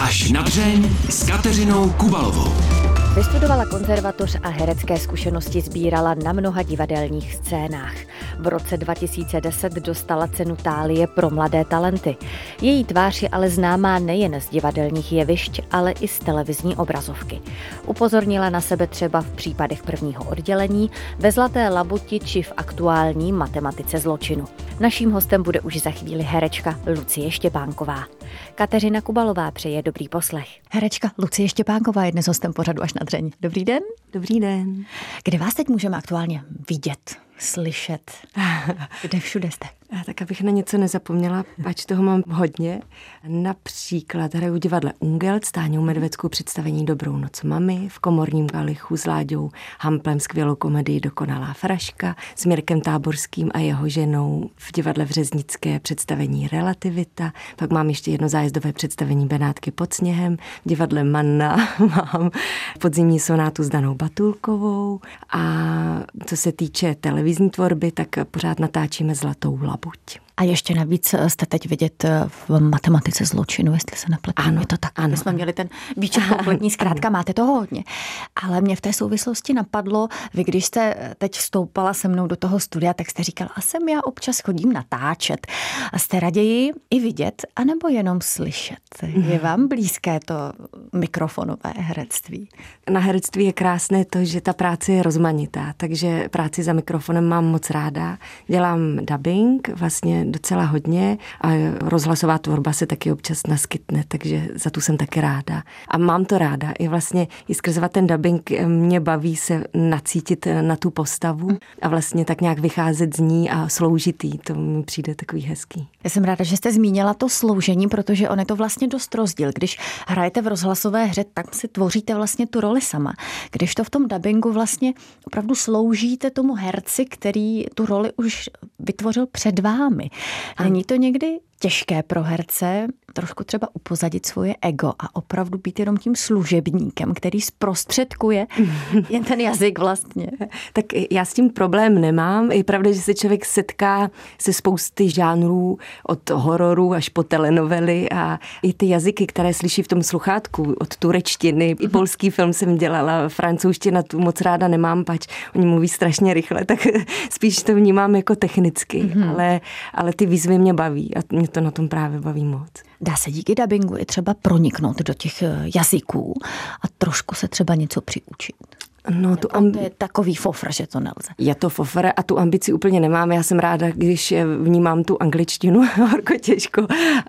Až na dřeň s Kateřinou Kubalovou. Vystudovala konzervatoř a herecké zkušenosti sbírala na mnoha divadelních scénách. V roce 2010 dostala cenu Thálie pro mladé talenty. Její tvář je ale známá nejen z divadelních jevišť, ale i z televizní obrazovky. Upozornila na sebe třeba v případech Prvního oddělení, ve Zlaté labuti či v aktuální Matematice zločinu. Naším hostem bude už za chvíli herečka Lucie Štěpánková. Kateřina Kubalová přeje dobrý poslech. Herečka Lucie Štěpánková je dnes hostem pořadu Až na dřeň. Dobrý den. Dobrý den. Kde vás teď můžeme aktuálně vidět, slyšet? Kde všude jste? Tak abych na něco nezapomněla, pač toho mám hodně. Například hraju v divadle Ungelt s Táňou Medveckou představení Dobrou noc mami, v Komorním kalichu s Láďou Hamplem skvělou komedii Dokonalá fraška, s Mirkem Táborským a jeho ženou v divadle v Řeznické představení Relativita, pak mám ještě jedno zájezdové představení Benátky pod sněhem, v divadle Manna mám podzimní sonátu s Danou Batulkovou a co se týče televizní tvorby, tak pořád natáčíme Zlatou labuť. A ještě navíc jste teď vidět v Matematice zločinu, jestli se nepletu. Ano, je to tak. Ano. My jsme měli ten výčet kompletní, zkrátka máte toho hodně. Ale mě v té souvislosti napadlo, vy když jste teď vstoupala se mnou do toho studia, tak jste říkala, a sem já občas chodím natáčet. A jste raději i vidět, anebo jenom slyšet? Je vám blízké to mikrofonové herectví? Na herectví je krásné to, že ta práce je rozmanitá, takže práci za mikrofonem mám moc ráda. Dělám dubbing, vlastně docela hodně a rozhlasová tvorba se taky občas naskytne, takže za tu jsem taky ráda. A mám to ráda. I vlastně i skrze ten dubbing mě baví se nacítit na tu postavu a vlastně tak nějak vycházet z ní a sloužit jí. To mi přijde takový hezký. Já jsem ráda, že jste zmínila to sloužení, protože on je to vlastně dost rozdíl. Když hrajete v rozhlasové hře, tak si tvoříte vlastně tu roli sama. Když to v tom dabingu vlastně opravdu sloužíte tomu herci, který tu roli už vytvořil před vámi. Není to někdy těžké pro herce trošku třeba upozadit svoje ego a opravdu být jenom tím služebníkem, který zprostředkuje jen ten jazyk vlastně? Tak já s tím problém nemám. Je pravda, že se člověk setká se spousty žánrů od hororu až po telenovely a i ty jazyky, které slyší v tom sluchátku, od turečtiny, i polský film jsem dělala, francouzština tu moc ráda nemám, pač oni mluví strašně rychle, tak spíš to vnímám jako technicky, ale ty výzvy mě baví a mě to na tom právě baví moc. Dá se díky dabingu i třeba proniknout do těch jazyků a trošku se třeba něco přiučit? No, to je takový fofr, že to nelze. Je to fofr a tu ambici úplně nemám. Já jsem ráda, když vnímám tu angličtinu horko těžko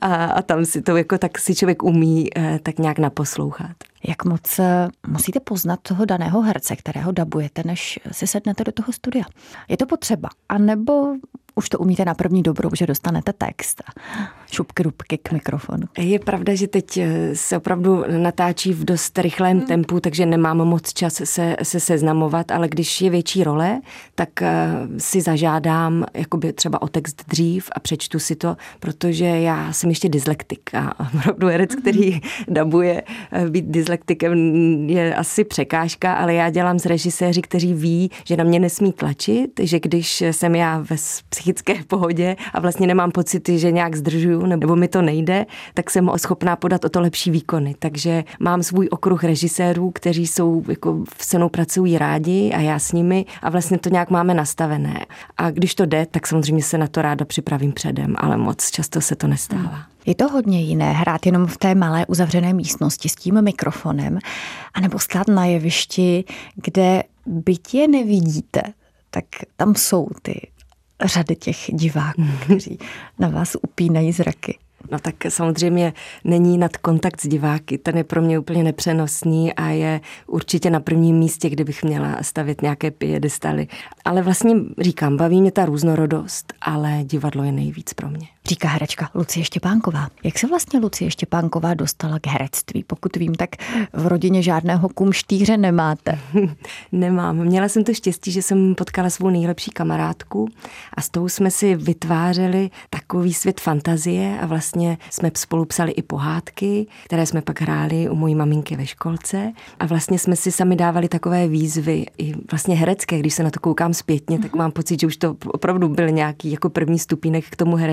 a tam si to jako tak si člověk umí tak nějak naposlouchat. Jak moc musíte poznat toho daného herce, kterého dabujete, než si sednete do toho studia? Je to potřeba? A nebo už to umíte na první dobrou, že dostanete text a šupky dubky k mikrofonu? Je pravda, že teď se opravdu natáčí v dost rychlém tempu, takže nemám moc čas se seznamovat, ale když je větší role, tak si zažádám jakoby třeba o text dřív a přečtu si to, protože já jsem ještě dyslektik a opravdu herec, který dabuje, být dyslektikem je asi překážka, ale já dělám s režiséři, kteří ví, že na mě nesmí tlačit, že když jsem já ve psychické pohodě a vlastně nemám pocity, že nějak zdržuju nebo mi to nejde, tak jsem schopná podat o to lepší výkony. Takže mám svůj okruh režisérů, kteří jsou jako se mnou pracují rádi a já s nimi a vlastně to nějak máme nastavené. A když to jde, tak samozřejmě se na to ráda připravím předem, ale moc často se to nestává. Je to hodně jiné hrát jenom v té malé uzavřené místnosti s tím mikrofonem, anebo stát na jevišti, kde byť je nevidíte, tak tam jsou ty řady těch diváků, kteří na vás upínají zraky. No tak samozřejmě není nad kontakt s diváky, ten je pro mě úplně nepřenosný a je určitě na prvním místě, kde bych měla stavět nějaké piedestaly. Ale vlastně říkám, baví mě ta různorodost, ale divadlo je nejvíc pro mě. Říká herečka Lucie Štěpánková. Jak se vlastně Lucie Štěpánková dostala k herectví? Pokud vím, tak v rodině žádného kumštýře nemáte. Nemám. Měla jsem to štěstí, že jsem potkala svou nejlepší kamarádku a s tou jsme si vytvářeli takový svět fantazie a vlastně jsme spolu psali i pohádky, které jsme pak hráli u mojí maminky ve školce a vlastně jsme si sami dávali takové výzvy i vlastně herecké. Když se na to koukám zpětně, tak mám pocit, že už to opravdu byl nějaký jako první stupínek k tomu herectví.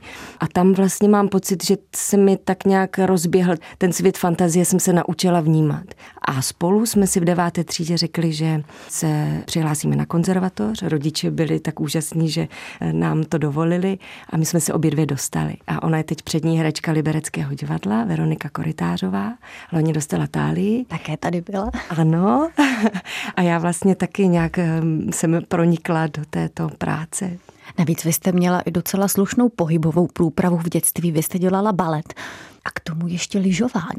A tam vlastně mám pocit, že se mi tak nějak rozběhl ten svět fantazie, jsem se naučila vnímat. A spolu jsme si v 9. třídě řekli, že se přihlásíme na konzervatoř. Rodiče byli tak úžasní, že nám to dovolili a my jsme se obě dvě dostali. A ona je teď přední herečka Libereckého divadla, Veronika Korytářová. Loni dostala Tálii. Také tady byla. Ano. A já vlastně taky nějak jsem pronikla do této práce. Navíc vy jste měla i docela slušnou pohybovou průpravu v dětství. Vy jste dělala balet a k tomu ještě lyžování.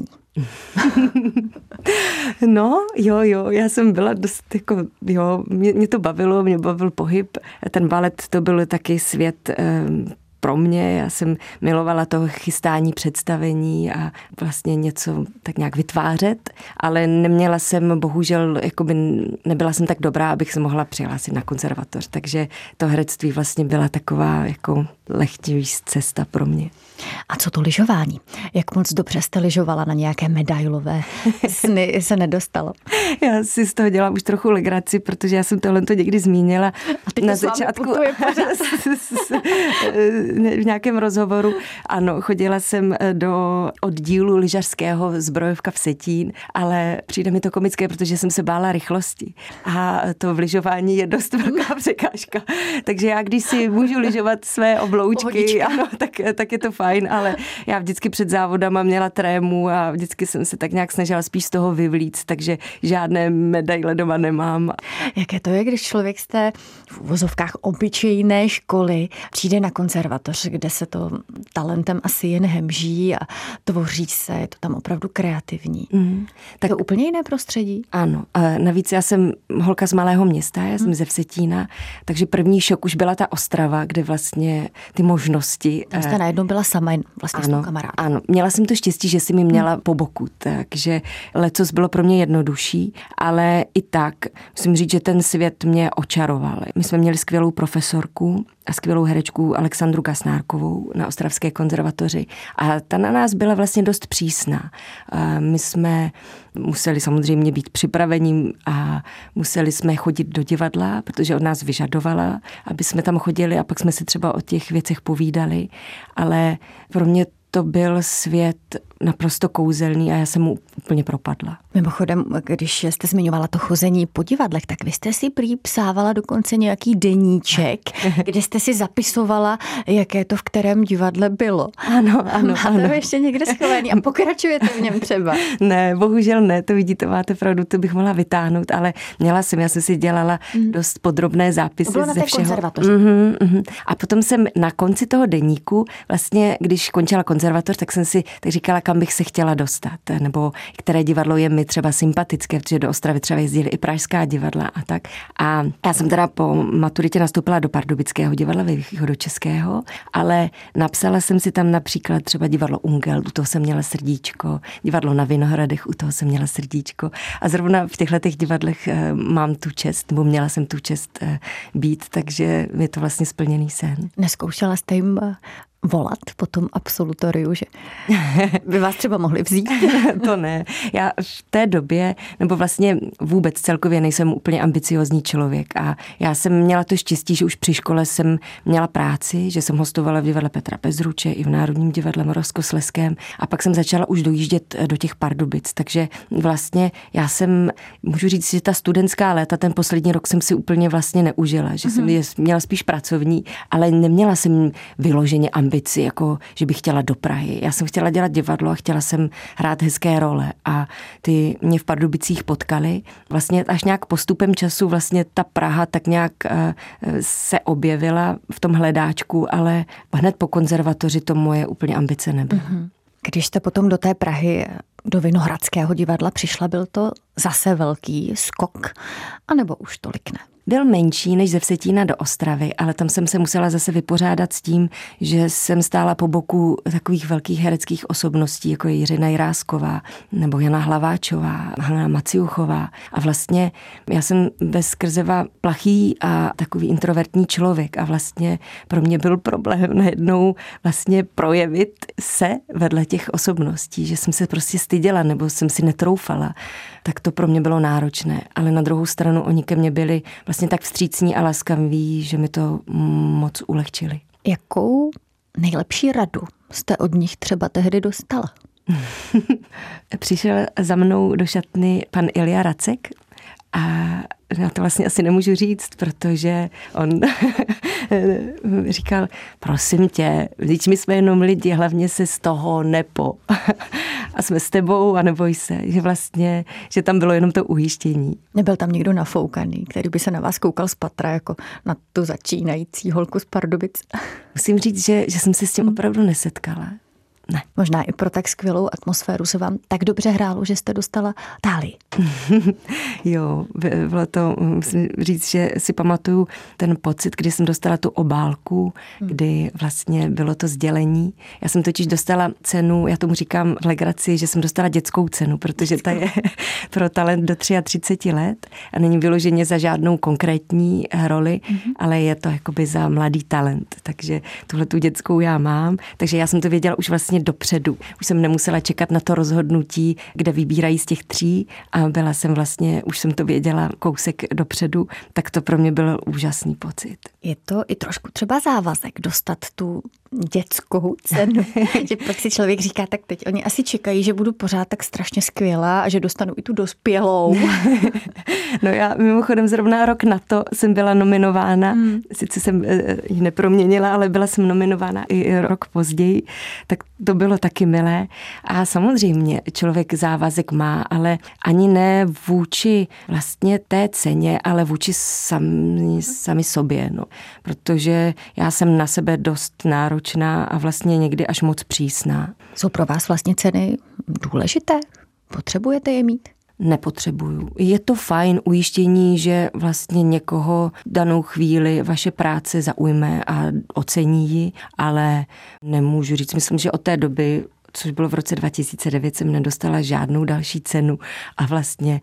No, jo, já jsem byla dost jako, mě to bavilo, mě bavil pohyb. Ten balet to byl taky svět pro mě, já jsem milovala toho chystání představení a vlastně něco tak nějak vytvářet, ale neměla jsem, bohužel, nebyla jsem tak dobrá, abych se mohla přihlásit na konzervatoř, takže to herectví vlastně byla taková jako lehčí cesta pro mě. A co to lyžování? Jak moc dobře jste lyžovala, na nějaké medailové sny se nedostalo? Já si z toho dělám už trochu legraci, protože já jsem tohle někdy zmínila na začátku v nějakém rozhovoru. Ano, chodila jsem do oddílu lyžařského Zbrojovka v Setín, ale přijde mi to komické, protože jsem se bála rychlosti. A to v lyžování je dost velká překážka. Takže já, když si můžu lyžovat své obloučky, ano, tak je to fajn, ale já vždycky před závodama měla trému a vždycky jsem se tak nějak snažila spíš z toho vyvlíct, takže žádné medaile doma nemám. Jaké to je, když člověk z té v uvozovkách obyčejné školy přijde na konzervatoř, kde se to talentem asi jen hemží a tvoří se, je to tam opravdu kreativní. Tak to úplně jiné prostředí. Ano, a navíc já jsem holka z malého města, já jsem ze Vsetína, takže první šok už byla ta Ostrava, kde vlastně ty možnosti. Tam jste najednou byla sama vlastně s tou kamarádkou. Ano, měla jsem to štěstí, že si mi měla po boku, takže lecos bylo pro mě jednodušší, ale i tak musím říct, že ten svět mě očaroval. My jsme měli skvělou profesorku a skvělou herečku Alexandru Gasnárkovou na Ostravské konzervatoři a ta na nás byla vlastně dost přísná. My jsme museli samozřejmě být připraveni a museli jsme chodit do divadla, protože od nás vyžadovala, aby jsme tam chodili a pak jsme si třeba o těch věcech povídali, ale pro mě to byl svět naprosto kouzelný a já jsem mu úplně propadla. Mimochodem, když jste zmiňovala to chození po divadlech, tak vy jste si prý psávala dokonce nějaký deníček, kde jste si zapisovala, jaké to v kterém divadle bylo. Ano. Máte ho ještě někde schovaný a pokračujete v něm třeba? Ne, bohužel ne, to vidíte, máte pravdu, to bych mohla vytáhnout, ale já jsem si dělala dost podrobné zápisy bylo na té ze všeho. Konzervatoři. A potom jsem na konci toho deníku, vlastně, když končila konzervatoř, tak jsem si tak říkala, kam bych se chtěla dostat, nebo které divadlo je mi třeba sympatické, protože do Ostravy třeba jezdili i pražská divadla a tak. A já jsem teda po maturitě nastoupila do Pardubického divadla, Východočeského, ale napsala jsem si tam například třeba divadlo Ungel, u toho jsem měla srdíčko, divadlo na Vinohradech, u toho jsem měla srdíčko. A zrovna v těchto těch mám tu čest, nebo měla jsem tu čest být, takže je to vlastně splněný sen. Neskoušela jste jim volat po tom absolutoriu, že by vás třeba mohli vzít? To ne. Já v té době, nebo vlastně vůbec celkově nejsem úplně ambiciózní člověk a já jsem měla to štěstí, že už při škole jsem měla práci, že jsem hostovala v divadle Petra Bezruče i v Národním divadle Moravskoslezském a pak jsem začala už dojíždět do těch Pardubic, takže vlastně já jsem, můžu říct, že ta studentská léta, ten poslední rok jsem si úplně vlastně neužila, že jsem je měla spíš pracovní, ale neměla jsem vyloženě ambici, jako že bych chtěla do Prahy. Já jsem chtěla dělat divadlo a chtěla jsem hrát hezké role a ty mě v Pardubicích potkali. Vlastně až nějak postupem času vlastně ta Praha tak nějak se objevila v tom hledáčku, ale hned po konzervatoři to moje úplně ambice nebyla. Když jste potom do té Prahy, do Vinohradského divadla přišla, byl to zase velký skok, anebo už tolik ne? Byl menší než ze Vsetína do Ostravy, ale tam jsem se musela zase vypořádat s tím, že jsem stála po boku takových velkých hereckých osobností, jako je Jiřina Jirásková, nebo Jana Hlaváčová, Hana Maciuchová. A vlastně já jsem bezskrzeva plachý a takový introvertní člověk a vlastně pro mě byl problém najednou vlastně projevit se vedle těch osobností, že jsem se prostě styděla nebo jsem si netroufala. Tak to pro mě bylo náročné, ale na druhou stranu oni ke mně byli vlastně tak vstřícní a laskaví, že mi to moc ulehčili. Jakou nejlepší radu jste od nich třeba tehdy dostala? Přišel za mnou do šatny pan Ilja Racek a já to vlastně asi nemůžu říct, protože on říkal, prosím tě, vždyť my jsme jenom lidi, hlavně se z toho nepo. A jsme s tebou a neboj se, že vlastně, že tam bylo jenom to ujištění. Nebyl tam někdo nafoukaný, který by se na vás koukal z patra jako na tu začínající holku z Pardubic? Musím říct, že jsem se s tím opravdu nesetkala. Ne. Možná i pro tak skvělou atmosféru se vám tak dobře hrálo, že jste dostala tálii. Jo, bylo to, musím říct, že si pamatuju ten pocit, kdy jsem dostala tu obálku, kdy vlastně bylo to sdělení. Já jsem totiž dostala cenu, já tomu říkám v legraci, že jsem dostala dětskou cenu, protože ta je pro talent do 33 let a není vyloženě za žádnou konkrétní roli, ale je to jakoby za mladý talent. Takže tuhle tu dětskou já mám, takže já jsem to věděla už vlastně dopředu. Už jsem nemusela čekat na to rozhodnutí, kde vybírají z těch 3 a byla jsem vlastně, už jsem to věděla kousek dopředu, tak to pro mě byl úžasný pocit. Je to i trošku třeba závazek dostat tu dětskou cenu, že pak si člověk říká, tak teď oni asi čekají, že budu pořád tak strašně skvělá a že dostanu i tu dospělou. No já mimochodem zrovna rok na to jsem byla nominována, sice jsem ji neproměnila, ale byla jsem nominována i rok později, tak to bylo taky milé. A samozřejmě člověk závazek má, ale ani ne vůči vlastně té ceně, ale vůči sami sobě, no. Protože já jsem na sebe dost náročná a vlastně někdy až moc přísná. Jsou pro vás vlastně ceny důležité? Potřebujete je mít? Nepotřebuju. Je to fajn ujištění, že vlastně někoho danou chvíli vaše práce zaujme a ocení ji, ale nemůžu říct, myslím, že od té doby, což bylo v roce 2009, jsem nedostala žádnou další cenu a vlastně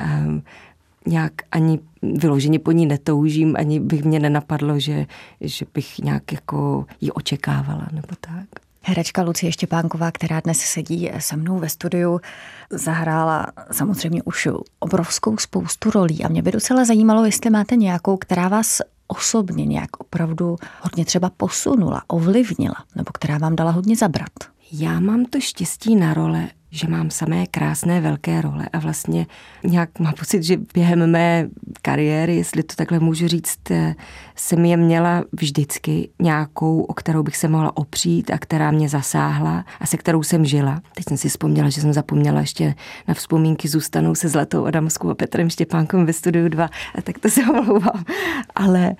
nějak ani vyloženě po ní netoužím, ani bych mě nenapadlo, že bych nějak jako ji očekávala nebo tak. Herečka Lucie Štěpánková, která dnes sedí se mnou ve studiu, zahrála samozřejmě už obrovskou spoustu rolí a mě by docela zajímalo, jestli máte nějakou, která vás osobně nějak opravdu hodně třeba posunula, ovlivnila, nebo která vám dala hodně zabrat. Já mám to štěstí na role, že mám samé krásné velké role a vlastně nějak mám pocit, že během mé kariéry, jestli to takhle můžu říct, jsem je měla vždycky nějakou, o kterou bych se mohla opřít a která mě zasáhla a se kterou jsem žila. Teď jsem si vzpomněla, že jsem zapomněla ještě na vzpomínky Zůstanou se Zlatou Adamskou a Petrem Štěpánkem ve Studiu 2, tak to se omlouvám. Ale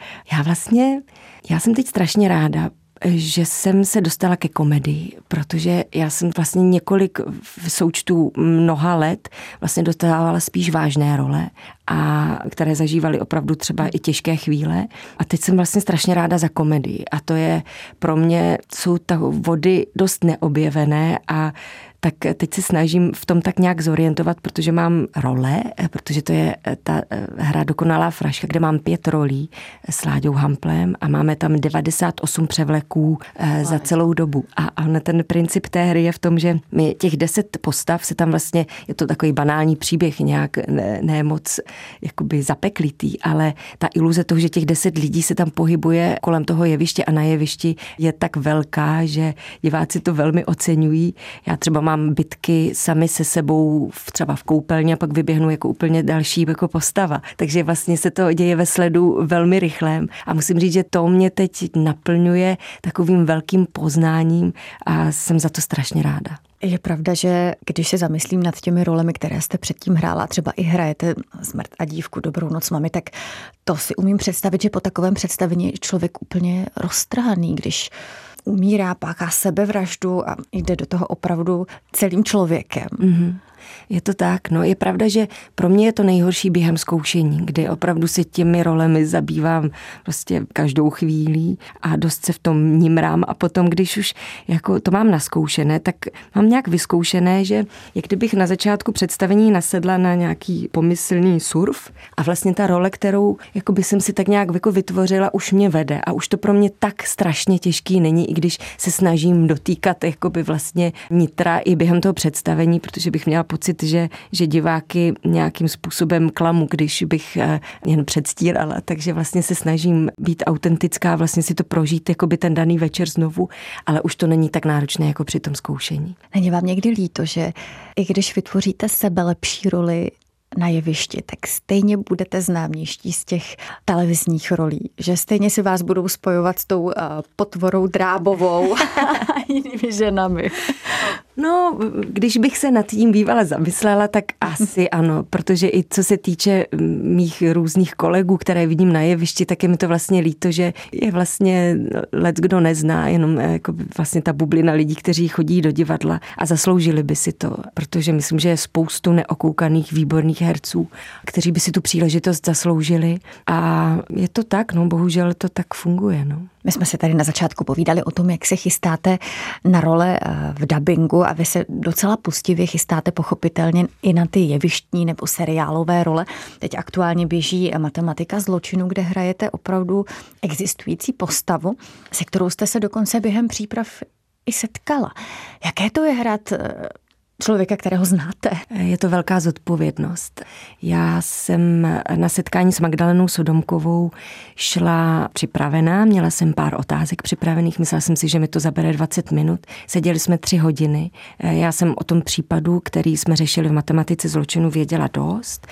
já jsem teď strašně ráda, že jsem se dostala ke komedii, protože já jsem vlastně několik v součtu mnoha let vlastně dostávala spíš vážné role, a které zažívaly opravdu třeba i těžké chvíle. A teď jsem vlastně strašně ráda za komedii. A to je pro mě, jsou ta vody dost neobjevené a tak teď se snažím v tom tak nějak zorientovat, protože mám role, protože to je ta hra Dokonalá fraška, kde mám 5 rolí s Láďou Hamplem a máme tam 98 převleků za celou dobu. A ten princip té hry je v tom, že my těch 10 postav se tam vlastně, je to takový banální příběh, nějak ne moc jakoby zapeklitý, ale ta iluze toho, že těch 10 lidí se tam pohybuje kolem toho jeviště a na jevišti je tak velká, že diváci to velmi oceňují. Já třeba mám bitky sami se sebou třeba v koupelně a pak vyběhnu jako úplně další jako postava. Takže vlastně se to děje ve sledu velmi rychlém a musím říct, že to mě teď naplňuje takovým velkým poznáním a jsem za to strašně ráda. Je pravda, že když se zamyslím nad těmi rolemi, které jste předtím hrála, třeba i hrajete Smrt a dívku, Dobrou noc mami, tak to si umím představit, že po takovém představení je člověk úplně roztrhaný, když umírá, páchá sebevraždu a jde do toho opravdu celým člověkem. Mm-hmm. Je to tak, no je pravda, že pro mě je to nejhorší během zkoušení, kdy opravdu se těmi rolemi zabývám prostě každou chvíli a dost se v tom nimrám a potom, když už jako to mám naskoušené, tak mám nějak vyzkoušené, že jak kdybych na začátku představení nasedla na nějaký pomyslný surf a vlastně ta role, kterou jakoby jsem si tak nějak jako vytvořila, už mě vede a už to pro mě tak strašně těžký není, i když se snažím dotýkat jakoby vlastně nitra i během toho představení, protože bych měla pocit, že diváky nějakým způsobem klamu, když bych jen předstírala, takže vlastně se snažím být autentická, vlastně si to prožít jako by ten daný večer znovu, ale už to není tak náročné jako při tom zkoušení. Není vám někdy líto, že i když vytvoříte sebelepší roli na jevišti, tak stejně budete známější z těch televizních rolí, že stejně si vás budou spojovat s tou potvorou Drábovou a jinými ženami? No, když bych se nad tím bývala zamyslela, tak asi ano, protože i co se týče mých různých kolegů, které vidím na jevišti, tak je mi to vlastně líto, že je vlastně leckdo nezná, jenom jako vlastně ta bublina lidí, kteří chodí do divadla a zasloužili by si to, protože myslím, že je spoustu neokoukaných výborných herců, kteří by si tu příležitost zasloužili a je to tak, no bohužel to tak funguje, no. My jsme se tady na začátku povídali o tom, jak se chystáte na role v dabingu a vy se docela pustivě chystáte pochopitelně i na ty jevištní nebo seriálové role. Teď aktuálně běží Matematika zločinu, kde hrajete opravdu existující postavu, se kterou jste se dokonce během příprav i setkala. Jaké to je hrát člověka, kterého znáte? Je to velká zodpovědnost. Já jsem na setkání s Magdalenou Sodomkovou šla připravená, měla jsem pár otázek připravených, myslela jsem si, že mi to zabere 20 minut. Seděli jsme 3 hodiny. Já jsem o tom případu, který jsme řešili v Matematice zločinu, věděla dost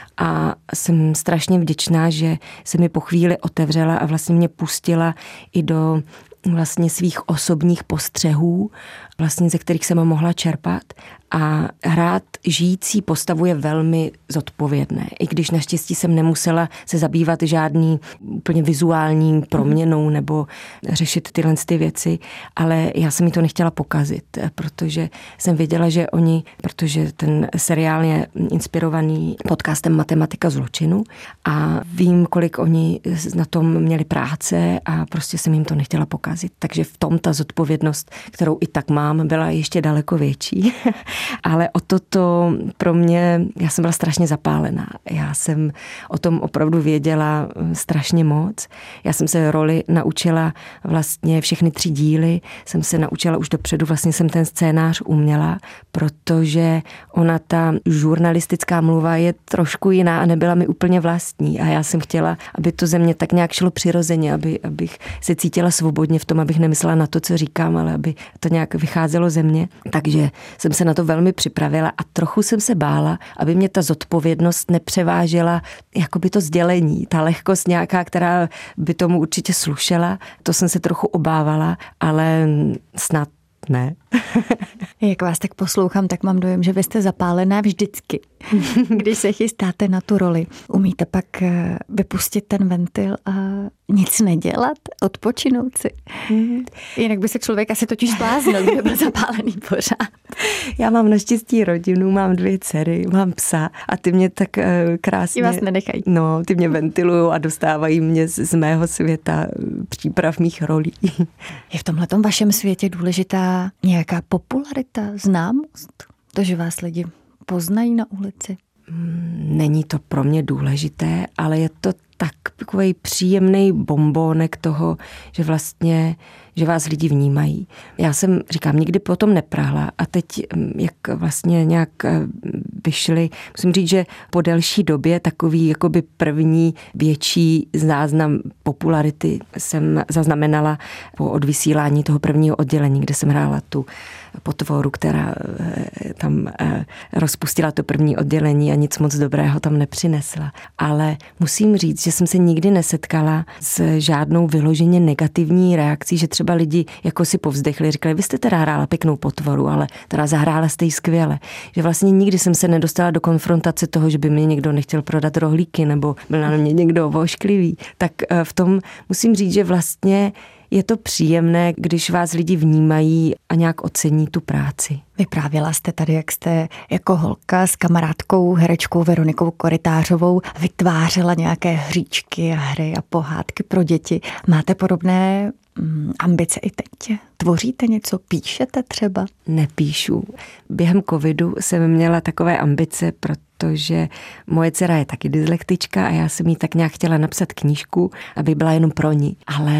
a jsem strašně vděčná, že se mi po chvíli otevřela a vlastně mě pustila i do vlastně svých osobních postřehů, vlastně ze kterých jsem mohla čerpat. A hrát žijící postavu je velmi zodpovědné. I když naštěstí jsem nemusela se zabývat žádný úplně vizuální proměnou nebo řešit tyhle ty věci, ale já jsem mi to nechtěla pokazit, protože jsem věděla, že protože ten seriál je inspirovaný podcastem Matematika zločinu a vím, kolik oni na tom měli práce a prostě jsem jim to nechtěla pokazit. Takže v tom ta zodpovědnost, kterou i tak mám, byla ještě daleko větší. Ale o toto pro mě, já jsem byla strašně zapálená. Já jsem o tom opravdu věděla strašně moc. Já jsem se roli naučila vlastně všechny 3 díly, jsem se naučila už dopředu, vlastně jsem ten scénář uměla, protože ona ta žurnalistická mluva je trošku jiná a nebyla mi úplně vlastní. A já jsem chtěla, aby to ze mě tak nějak šlo přirozeně, abych se cítila svobodně v tom, abych nemyslela na to, co říkám, ale aby to nějak vycházelo ze mě. Takže jsem se na to velmi připravila a trochu jsem se bála, aby mě ta zodpovědnost nepřevážela jakoby to sdělení, ta lehkost nějaká, která by tomu určitě slušela. To jsem se trochu obávala, ale snad ne. Jak vás tak poslouchám, tak mám dojem, že vy jste zapálená vždycky, když se chystáte na tu roli. Umíte pak vypustit ten ventil a nic nedělat, odpočinout si. Jinak by se člověk asi totiž bláznil, kdyby byl zapálený pořád. Já mám naštěstí rodinu, mám 2 dcery, mám psa a ty mě tak krásně... I vás nenechají. No, ty mě ventilujou a dostávají mě z mého světa příprav mých rolí. Je v tomhletom vašem světě důležitá nějaká popularita, známost? To, že vás lidi poznají na ulici? Není to pro mě důležité, ale je to takový příjemný bombónek toho, že vlastně, že vás lidi vnímají. Já jsem, říkám, nikdy potom neprahla a teď, jak vlastně nějak vyšly, musím říct, že po delší době takový jakoby první větší záznam popularity jsem zaznamenala po odvysílání toho prvního oddělení, kde jsem hrála tu potvoru, která tam rozpustila to první oddělení a nic moc dobrého tam nepřinesla. Ale musím říct, že jsem se nikdy nesetkala s žádnou vyloženě negativní reakcí, že třeba lidi jako si povzdechli, říkali, vy jste teda hrála pěknou potvoru, ale teda zahrála jste ji skvěle. Že vlastně nikdy jsem se nedostala do konfrontace toho, že by mě někdo nechtěl prodat rohlíky nebo byl na mě někdo vošklivý. Tak v tom musím říct, že vlastně je to příjemné, když vás lidi vnímají a nějak ocení tu práci. Vyprávěla jste tady, jak jste jako holka s kamarádkou herečkou Veronikou Korytářovou vytvářela nějaké hříčky a hry a pohádky pro děti. Máte podobné ambice i teď? Tvoříte něco? Píšete třeba? Nepíšu. Během covidu jsem měla takové ambice, protože moje dcera je taky dyslektička a já jsem jí tak nějak chtěla napsat knížku, aby byla jenom pro ní. Ale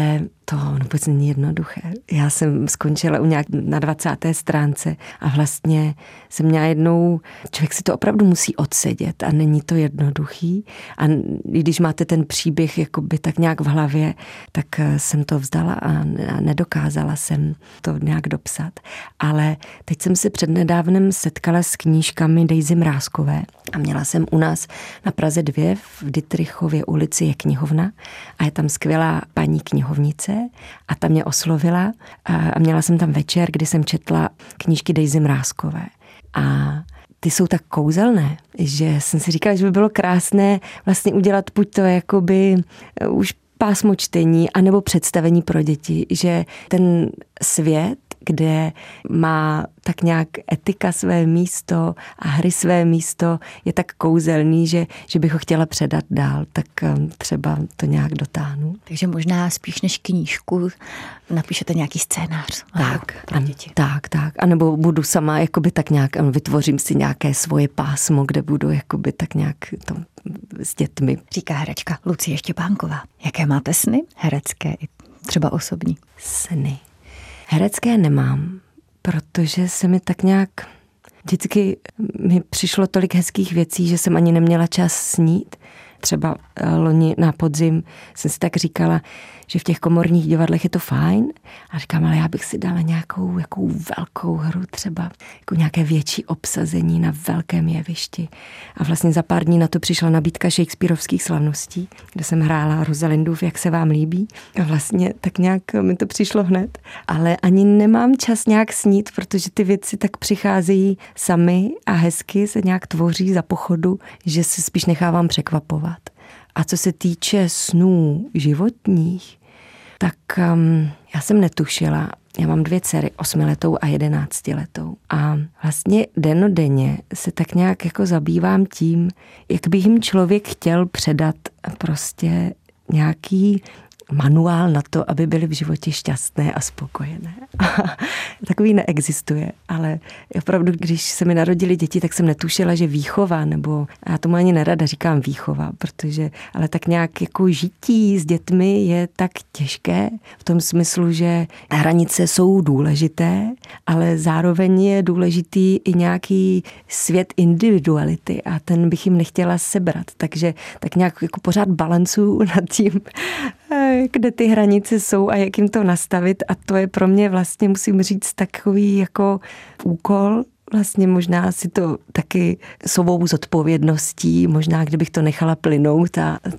To vůbec není jednoduché. Já jsem skončila na 20. stránce a vlastně jsem měla jednou, člověk si to opravdu musí odsedět a není to jednoduchý. A když máte ten příběh jakoby tak nějak v hlavě, tak jsem to vzdala a nedokázala jsem to nějak dopsat. Ale teď jsem se přednedávnem setkala s knížkami Daisy Mrázkové a měla jsem u nás na Praze 2 v Dittrichově ulici je knihovna a je tam skvělá paní knihovnice a ta mě oslovila a měla jsem tam večer, kdy jsem četla knížky Daisy Mrázkové. A ty jsou tak kouzelné, že jsem si říkala, že by bylo krásné vlastně udělat buď to jakoby už pásmo čtení, anebo představení pro děti, že ten svět, kde má tak nějak etika své místo a hry své místo, je tak kouzelný, že bych ho chtěla předat dál, tak třeba to nějak dotáhnu. Takže možná spíš než knížku napíšete nějaký scénář. Pro děti. Tak. A nebo budu sama jakoby tak nějak, vytvořím si nějaké svoje pásmo, kde budu jakoby tak nějak to s dětmi. Říká herečka Lucie Štěpánková. Jaké máte sny? Herecké i třeba osobní. Sny. Herecké nemám, protože se mi tak nějak vždycky mi přišlo tolik hezkých věcí, že jsem ani neměla čas snít. Třeba loni na podzim jsem si tak říkala, že v těch komorních divadlech je to fajn. A říkám, ale já bych si dala nějakou jakou velkou hru, třeba jako nějaké větší obsazení na velkém jevišti. A vlastně za pár dní na to přišla nabídka Shakespearovských slavností, kde jsem hrála Rosalindův Jak se vám líbí. A vlastně tak nějak mi to přišlo hned. Ale ani nemám čas nějak snít, protože ty věci tak přicházejí samy a hezky se nějak tvoří za pochodu, že se spíš nechávám překvapovat. A co se týče snů životních, tak já jsem netušila. Já mám 2 dcery, 8letou a 11letou. A vlastně dennodenně se tak nějak jako zabývám tím, jak by jim člověk chtěl předat prostě nějaký manuál na to, aby byli v životě šťastné a spokojené. Takový neexistuje, ale opravdu, když se mi narodili děti, tak jsem netušila, že výchova, nebo já tomu ani nerada říkám výchova, protože, ale tak nějak jako žití s dětmi je tak těžké v tom smyslu, že hranice jsou důležité, ale zároveň je důležitý i nějaký svět individuality a ten bych jim nechtěla sebrat, takže tak nějak jako pořád balancuju nad tím, kde ty hranice jsou a jak jim to nastavit a to je pro mě vlastně, musím říct, takový jako úkol, vlastně možná si to taky svou zodpovědností, možná kdybych to nechala plynout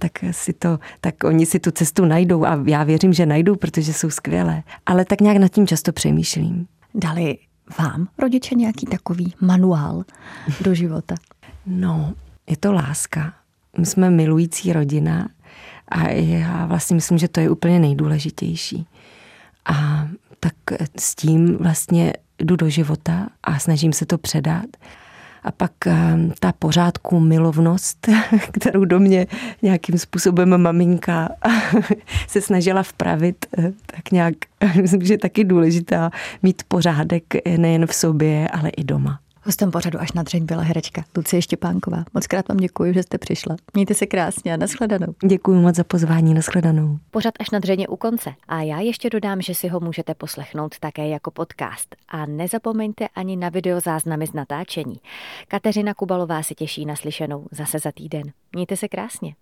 tak oni si tu cestu najdou a já věřím, že najdou, protože jsou skvělé, ale tak nějak nad tím často přemýšlím. Dali vám rodiče nějaký takový manuál do života? No, je to láska. My jsme milující rodina a já vlastně myslím, že to je úplně nejdůležitější. A tak s tím vlastně jdu do života a snažím se to předat. A pak ta pořádku milovnost, kterou do mě nějakým způsobem maminka se snažila vpravit, tak nějak, myslím, že je taky důležitá mít pořádek nejen v sobě, ale i doma. Hostem pořadu Až na dřeň byla herečka Lucie Štěpánková. Mockrát vám děkuji, že jste přišla. Mějte se krásně a nashledanou. Děkuji moc za pozvání, nashledanou. Pořad Až na dřeň je u konce a já ještě dodám, že si ho můžete poslechnout také jako podcast. A nezapomeňte ani na videozáznamy z natáčení. Kateřina Kubalová se těší na slyšenou zase za týden. Mějte se krásně.